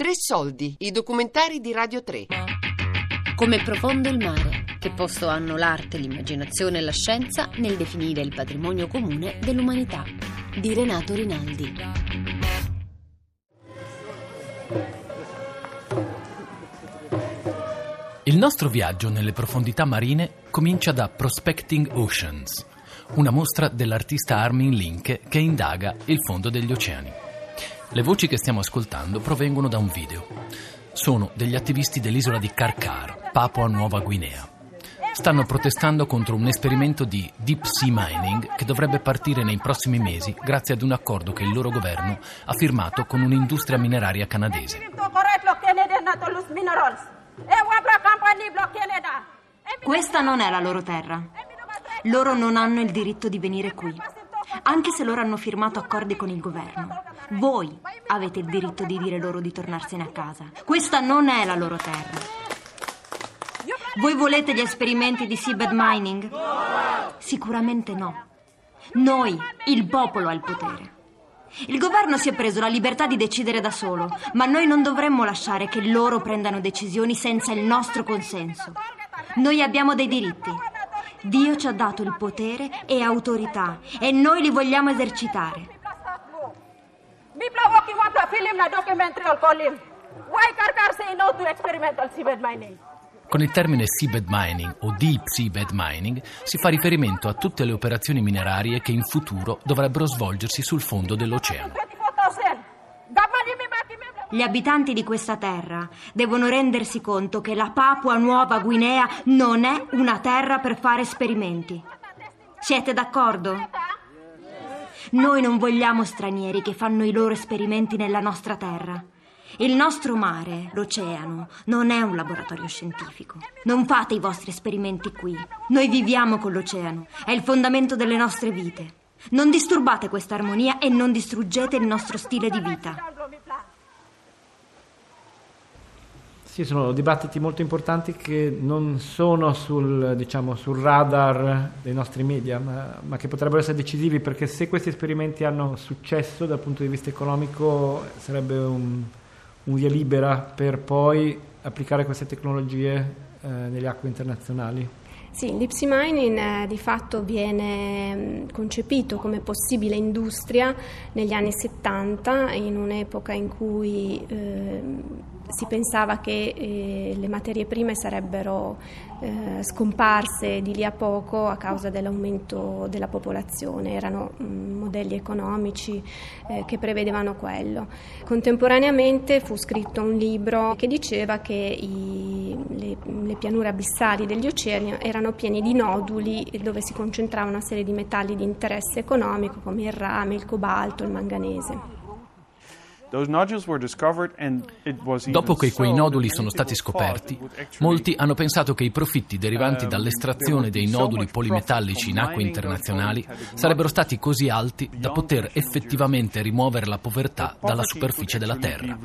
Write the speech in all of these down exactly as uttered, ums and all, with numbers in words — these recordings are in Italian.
Tre soldi, i documentari di Radio tre. Come profondo il mare, che posto hanno l'arte, l'immaginazione e la scienza nel definire il patrimonio comune dell'umanità, di Renato Rinaldi. Il nostro viaggio nelle profondità marine comincia da Prospecting Oceans, una mostra dell'artista Armin Linke che indaga il fondo degli oceani. Le voci che stiamo ascoltando provengono da un video. Sono degli attivisti dell'isola di Karkar, Papua Nuova Guinea. Stanno protestando contro un esperimento di deep sea mining che dovrebbe partire nei prossimi mesi grazie ad un accordo che il loro governo ha firmato con un'industria mineraria canadese. Questa non è la loro terra. Loro non hanno il diritto di venire qui, anche se loro hanno firmato accordi con il governo. Voi avete il diritto di dire loro di tornarsene a casa. Questa non è la loro terra. Voi volete gli esperimenti di seabed mining? Sicuramente no. Noi, il popolo, ha il potere. Il governo si è preso la libertà di decidere da solo, ma noi non dovremmo lasciare che loro prendano decisioni senza il nostro consenso. Noi abbiamo dei diritti. Dio ci ha dato il potere e autorità e noi li vogliamo esercitare. Con il termine seabed mining o deep seabed mining si fa riferimento a tutte le operazioni minerarie che in futuro dovrebbero svolgersi sul fondo dell'oceano. Gli abitanti di questa terra devono rendersi conto che la Papua Nuova Guinea non è una terra per fare esperimenti. Siete d'accordo? Noi non vogliamo stranieri che fanno i loro esperimenti nella nostra terra. Il nostro mare, l'oceano, non è un laboratorio scientifico. Non fate i vostri esperimenti qui. Noi viviamo con l'oceano. È il fondamento delle nostre vite. Non disturbate questa armonia e non distruggete il nostro stile di vita. Sì, sono dibattiti molto importanti che non sono sul, diciamo, sul radar dei nostri media, ma, ma che potrebbero essere decisivi, perché se questi esperimenti hanno successo dal punto di vista economico sarebbe un, un via libera per poi applicare queste tecnologie eh, nelle acque internazionali. Sì, il deep sea mining eh, di fatto viene concepito come possibile industria negli anni settanta, in un'epoca in cui eh, si pensava che eh, le materie prime sarebbero eh, scomparse di lì a poco a causa dell'aumento della popolazione. Erano mh, modelli economici eh, che prevedevano quello. Contemporaneamente fu scritto un libro che diceva che i, le, le pianure abissali degli oceani erano pieni di noduli dove si concentrava una serie di metalli di interesse economico come il rame, il cobalto, il manganese. Dopo che quei noduli sono stati scoperti, molti hanno pensato che i profitti derivanti dall'estrazione dei noduli polimetallici in acque internazionali sarebbero stati così alti da poter effettivamente rimuovere la povertà dalla superficie della Terra.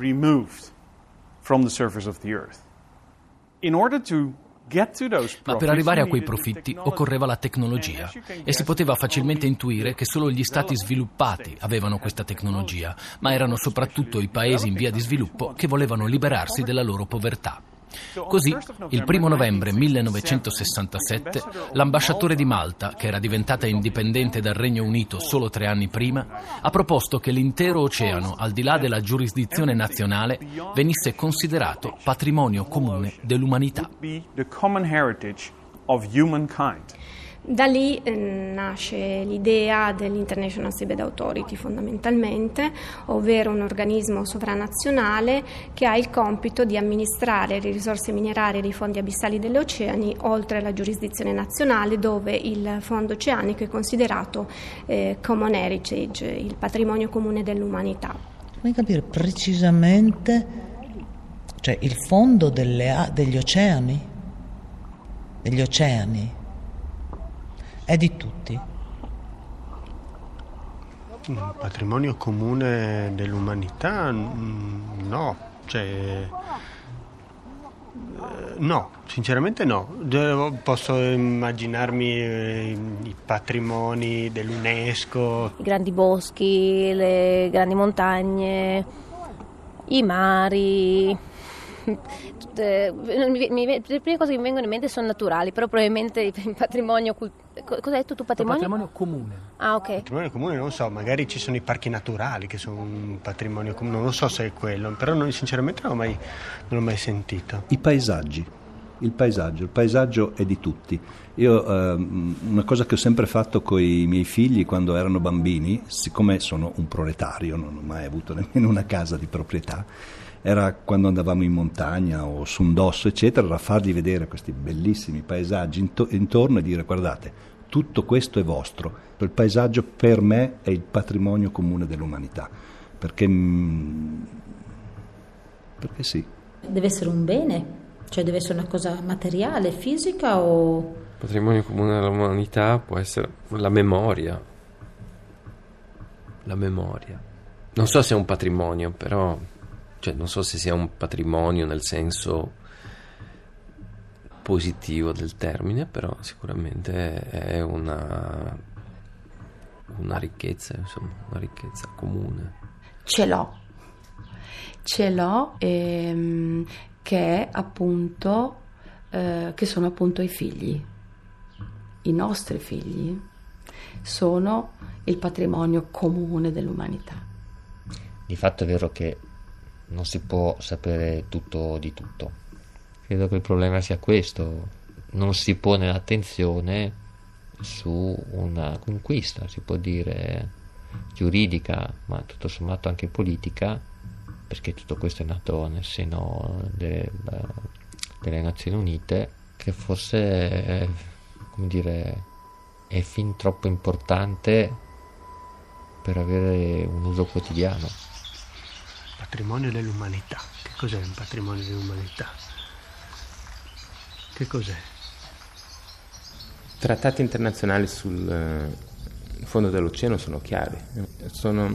Ma per arrivare a quei profitti occorreva la tecnologia e si poteva facilmente intuire che solo gli stati sviluppati avevano questa tecnologia, ma erano soprattutto i paesi in via di sviluppo che volevano liberarsi della loro povertà. Così, il primo novembre millenovecentosessantasette, l'ambasciatore di Malta, che era diventata indipendente dal Regno Unito solo tre anni prima, ha proposto che l'intero oceano, al di là della giurisdizione nazionale, venisse considerato patrimonio comune dell'umanità. Da lì eh, nasce l'idea dell'International Seabed Authority fondamentalmente, ovvero un organismo sovranazionale che ha il compito di amministrare le risorse minerarie dei fondi abissali degli oceani oltre la giurisdizione nazionale, dove il fondo oceanico è considerato eh, common heritage, il patrimonio comune dell'umanità. Vuoi capire precisamente, cioè il fondo delle, degli oceani? Degli oceani? È di tutti. Un patrimonio comune dell'umanità? No, cioè no, sinceramente no. Posso immaginarmi i patrimoni dell'UNESCO, i grandi boschi, le grandi montagne, i mari. Tutte, mi, mi, le prime cose che mi vengono in mente sono naturali, però probabilmente il patrimonio. Cos'hai detto tu? Patrimonio? Il patrimonio comune. Ah, ok. Patrimonio comune, non so, magari ci sono i parchi naturali che sono un patrimonio comune, non lo so se è quello, però non, sinceramente non l'ho mai, non l'ho mai sentito. I paesaggi. Il paesaggio, il paesaggio è di tutti. Io eh, una cosa che ho sempre fatto con i miei figli quando erano bambini, siccome sono un proletario, non ho mai avuto nemmeno una casa di proprietà, era quando andavamo in montagna o su un dosso eccetera, era fargli vedere questi bellissimi paesaggi into- intorno e dire: guardate, tutto questo è vostro. Il paesaggio per me è il patrimonio comune dell'umanità, perché, perché sì. Deve essere un bene? Cioè deve essere una cosa materiale, fisica o... Il patrimonio comune dell'umanità può essere la memoria. La memoria. Non so se è un patrimonio, però... Cioè non so se sia un patrimonio nel senso positivo del termine, però sicuramente è una, una ricchezza, insomma, una ricchezza comune. Ce l'ho. Ce l'ho ehm, che è appunto eh, che sono appunto i figli. I nostri figli sono il patrimonio comune dell'umanità. Di fatto è vero che non si può sapere tutto di tutto. Credo che il problema sia questo: non si pone l'attenzione su una conquista, si può dire giuridica, ma tutto sommato anche politica, perché tutto questo è nato nel seno del, delle Nazioni Unite, che forse è, come dire, è fin troppo importante per avere un uso quotidiano. Patrimonio dell'umanità. Che cos'è un patrimonio dell'umanità? Che cos'è? Trattati internazionali sul fondo dell'oceano sono chiari. Sono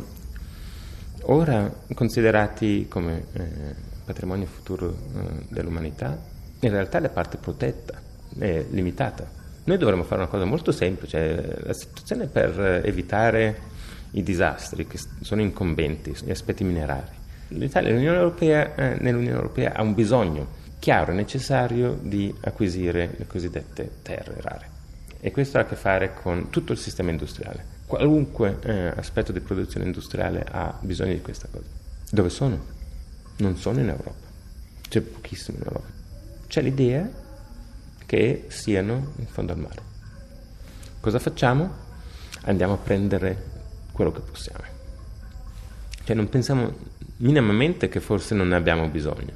ora considerati come eh, patrimonio futuro eh, dell'umanità. In realtà la parte protetta è limitata. Noi dovremmo fare una cosa molto semplice. La situazione per evitare i disastri che sono incombenti, gli aspetti minerari. L'Italia, l'Unione Europea, eh, nell'Unione Europea ha un bisogno chiaro e necessario di acquisire le cosiddette terre rare, e questo ha a che fare con tutto il sistema industriale. Qualunque eh, aspetto di produzione industriale ha bisogno di questa cosa. Dove sono? Non sono in Europa, c'è pochissimo in Europa. C'è l'idea che siano in fondo al mare. Cosa facciamo? Andiamo a prendere quello che possiamo. Cioè non pensiamo minimamente che forse non ne abbiamo bisogno,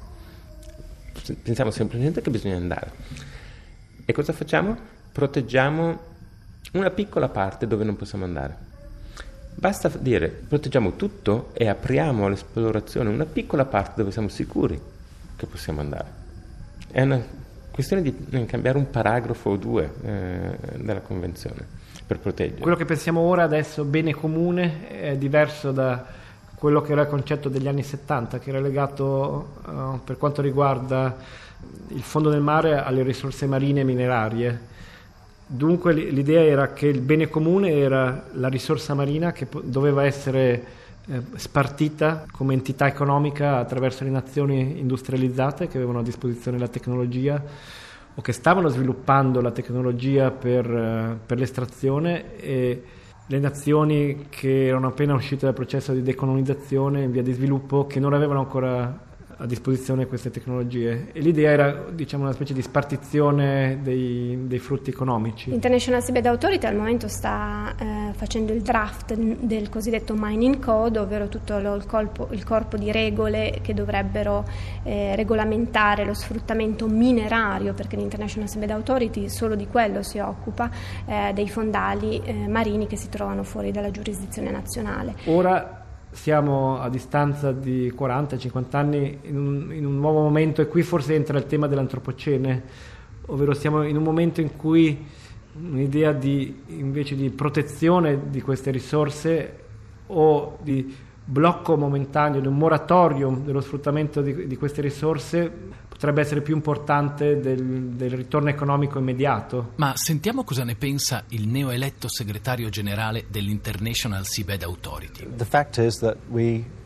pensiamo semplicemente che bisogna andare. E cosa facciamo? Proteggiamo una piccola parte dove non possiamo andare. Basta dire proteggiamo tutto e apriamo all'esplorazione una piccola parte dove siamo sicuri che possiamo andare. È una questione di cambiare un paragrafo o due eh, della Convenzione per proteggere. Quello che pensiamo ora adesso bene comune è diverso da quello che era il concetto degli anni settanta, che era legato uh, per quanto riguarda il fondo del mare alle risorse marine e minerarie. Dunque l'idea era che il bene comune era la risorsa marina che po- doveva essere eh, spartita come entità economica attraverso le nazioni industrializzate che avevano a disposizione la tecnologia o che stavano sviluppando la tecnologia per, uh, per l'estrazione, e le nazioni che erano appena uscite dal processo di decolonizzazione in via di sviluppo che non avevano ancora a disposizione queste tecnologie, e l'idea era, diciamo, una specie di spartizione dei, dei frutti economici. L'International Seabed Authority al momento sta eh, facendo il draft del cosiddetto Mining Code, ovvero tutto lo, il, colpo, il corpo di regole che dovrebbero eh, regolamentare lo sfruttamento minerario, perché l'International Seabed Authority solo di quello si occupa, eh, dei fondali eh, marini che si trovano fuori dalla giurisdizione nazionale. Ora siamo a distanza di quaranta cinquanta anni in un, in un nuovo momento, e qui forse entra il tema dell'antropocene, ovvero siamo in un momento in cui un'idea di, invece di protezione di queste risorse o di blocco momentaneo, di un moratorio dello sfruttamento di, di queste risorse potrebbe essere più importante del, del ritorno economico immediato. Ma sentiamo cosa ne pensa il neoeletto segretario generale dell'International Seabed Authority. The fact is that we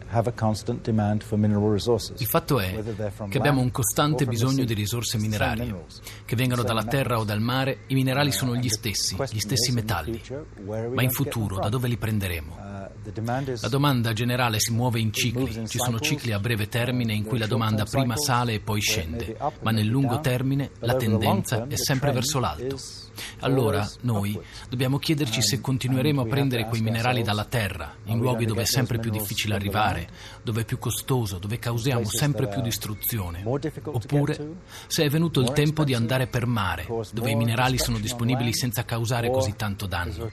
Il fatto è che abbiamo un costante bisogno di risorse minerarie. Che vengano dalla terra o dal mare, i minerali sono gli stessi, gli stessi metalli. Ma in futuro da dove li prenderemo? La domanda generale si muove in cicli. Ci sono cicli a breve termine in cui la domanda prima sale e poi scende, ma nel lungo termine la tendenza è sempre verso l'alto. Allora noi dobbiamo chiederci se continueremo a prendere quei minerali dalla terra, in luoghi dove è sempre più difficile arrivare, dove è più costoso, dove causiamo sempre più distruzione, oppure se è venuto il tempo di andare per mare, dove i minerali sono disponibili senza causare così tanto danno.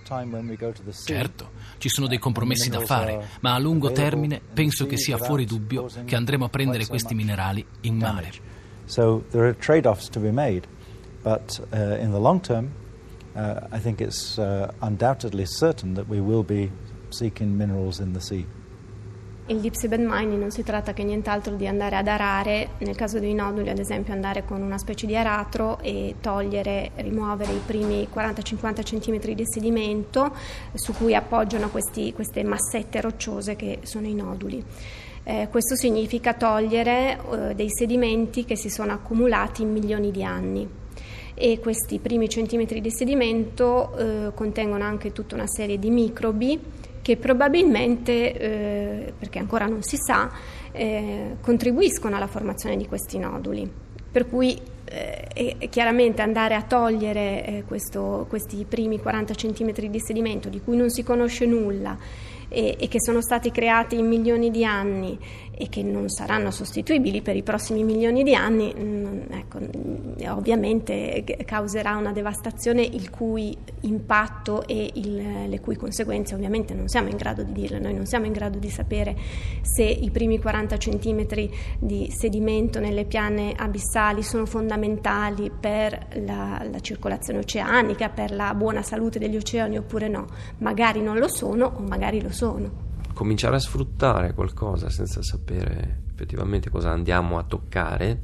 Certo, ci sono dei compromessi da fare, ma a lungo termine penso che sia fuori dubbio che andremo a prendere questi minerali in mare. So there are trade-offs to be made, but uh, in the long term, uh, I think it's uh, undoubtedly certain that we will be seeking minerals in the sea. Il deep seabed mining non si tratta che nient'altro di andare ad arare, nel caso dei noduli ad esempio andare con una specie di aratro e togliere, rimuovere i primi quaranta cinquanta centimetri di sedimento su cui appoggiano questi, queste massette rocciose che sono i noduli. Eh, questo significa togliere eh, dei sedimenti che si sono accumulati in milioni di anni, e questi primi centimetri di sedimento eh, contengono anche tutta una serie di microbi che probabilmente, eh, perché ancora non si sa, eh, contribuiscono alla formazione di questi noduli. Per cui eh, chiaramente andare a togliere eh, questo, questi primi quaranta centimetri di sedimento di cui non si conosce nulla e, e che sono stati creati in milioni di anni e che non saranno sostituibili per i prossimi milioni di anni, mh, ecco, ovviamente causerà una devastazione il cui impatto e il, le cui conseguenze ovviamente non siamo in grado di dirle. Noi non siamo in grado di sapere se i primi quaranta centimetri di sedimento nelle piane abissali sono fondamentali per la, la circolazione oceanica, per la buona salute degli oceani oppure no. Magari non lo sono o magari lo sono. Cominciare a sfruttare qualcosa senza sapere effettivamente cosa andiamo a toccare,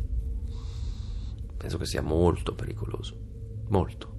penso che sia molto pericoloso, molto.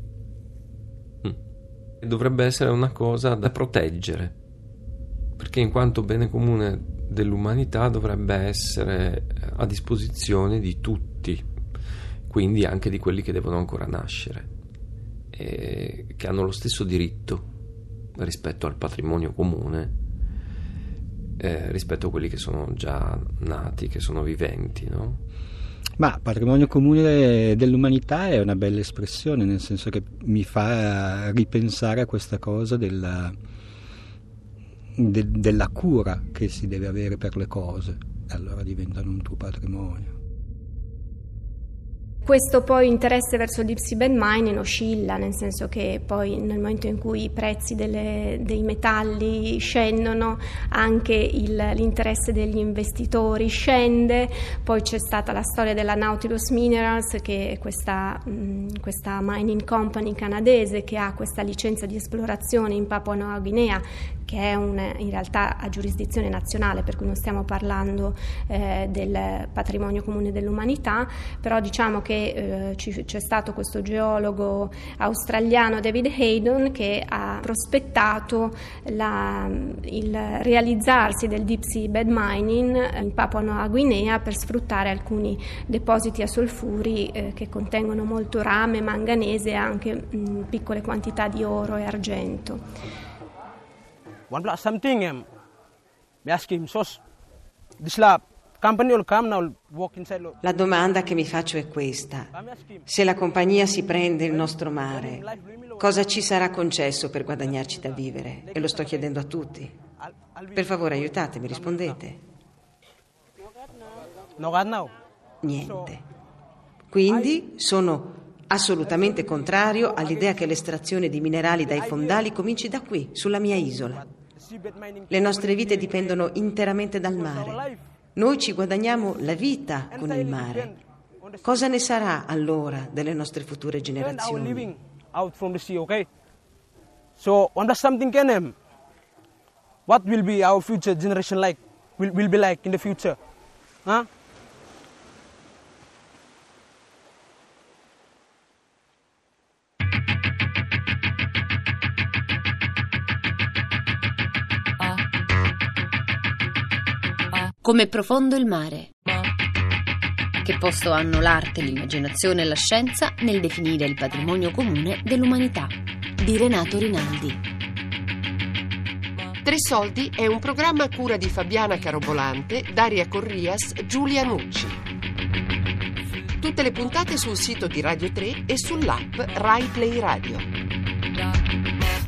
Mm. Dovrebbe essere una cosa da proteggere, perché in quanto bene comune dell'umanità dovrebbe essere a disposizione di tutti, quindi anche di quelli che devono ancora nascere, e che hanno lo stesso diritto rispetto al patrimonio comune, Eh, rispetto a quelli che sono già nati, che sono viventi, no? Ma patrimonio comune dell'umanità è una bella espressione, nel senso che mi fa ripensare a questa cosa della, de, della cura che si deve avere per le cose, allora diventano un tuo patrimonio. Questo poi interesse verso il deep seabed mining oscilla, nel senso che poi nel momento in cui i prezzi delle, dei metalli scendono, anche il, l'interesse degli investitori scende. Poi c'è stata la storia della Nautilus Minerals, che è questa, mh, questa mining company canadese che ha questa licenza di esplorazione in Papua Nuova Guinea, che è un, in realtà a giurisdizione nazionale, per cui non stiamo parlando eh, del patrimonio comune dell'umanità, però diciamo che eh, ci, c'è stato questo geologo australiano David Hayden che ha prospettato la, il realizzarsi del deep seabed mining in Papua Nuova Guinea per sfruttare alcuni depositi a solfuri eh, che contengono molto rame, manganese e anche mh, piccole quantità di oro e argento. One plus something, um, we ask him, so this lab company will come now, walk inside. La domanda che mi faccio è questa: se la compagnia si prende il nostro mare, cosa ci sarà concesso per guadagnarci da vivere? E lo sto chiedendo a tutti. Per favore aiutatemi, rispondete. Niente. Quindi sono assolutamente contrario all'idea che l'estrazione di minerali dai fondali cominci da qui, sulla mia isola. Le nostre vite dipendono interamente dal mare. Noi ci guadagniamo la vita con il mare. Cosa ne sarà allora delle nostre future generazioni? So, wonder something can him. What will be our future generation like? Will will be like in the future? Huh? Come profondo il mare. Che posto hanno l'arte, l'immaginazione e la scienza nel definire il patrimonio comune dell'umanità? Di Renato Rinaldi. Tre soldi è un programma a cura di Fabiana Carobolante, Daria Corrias, Giulia Nucci. Tutte le puntate sul sito di Radio tre e sull'app Rai Play Radio.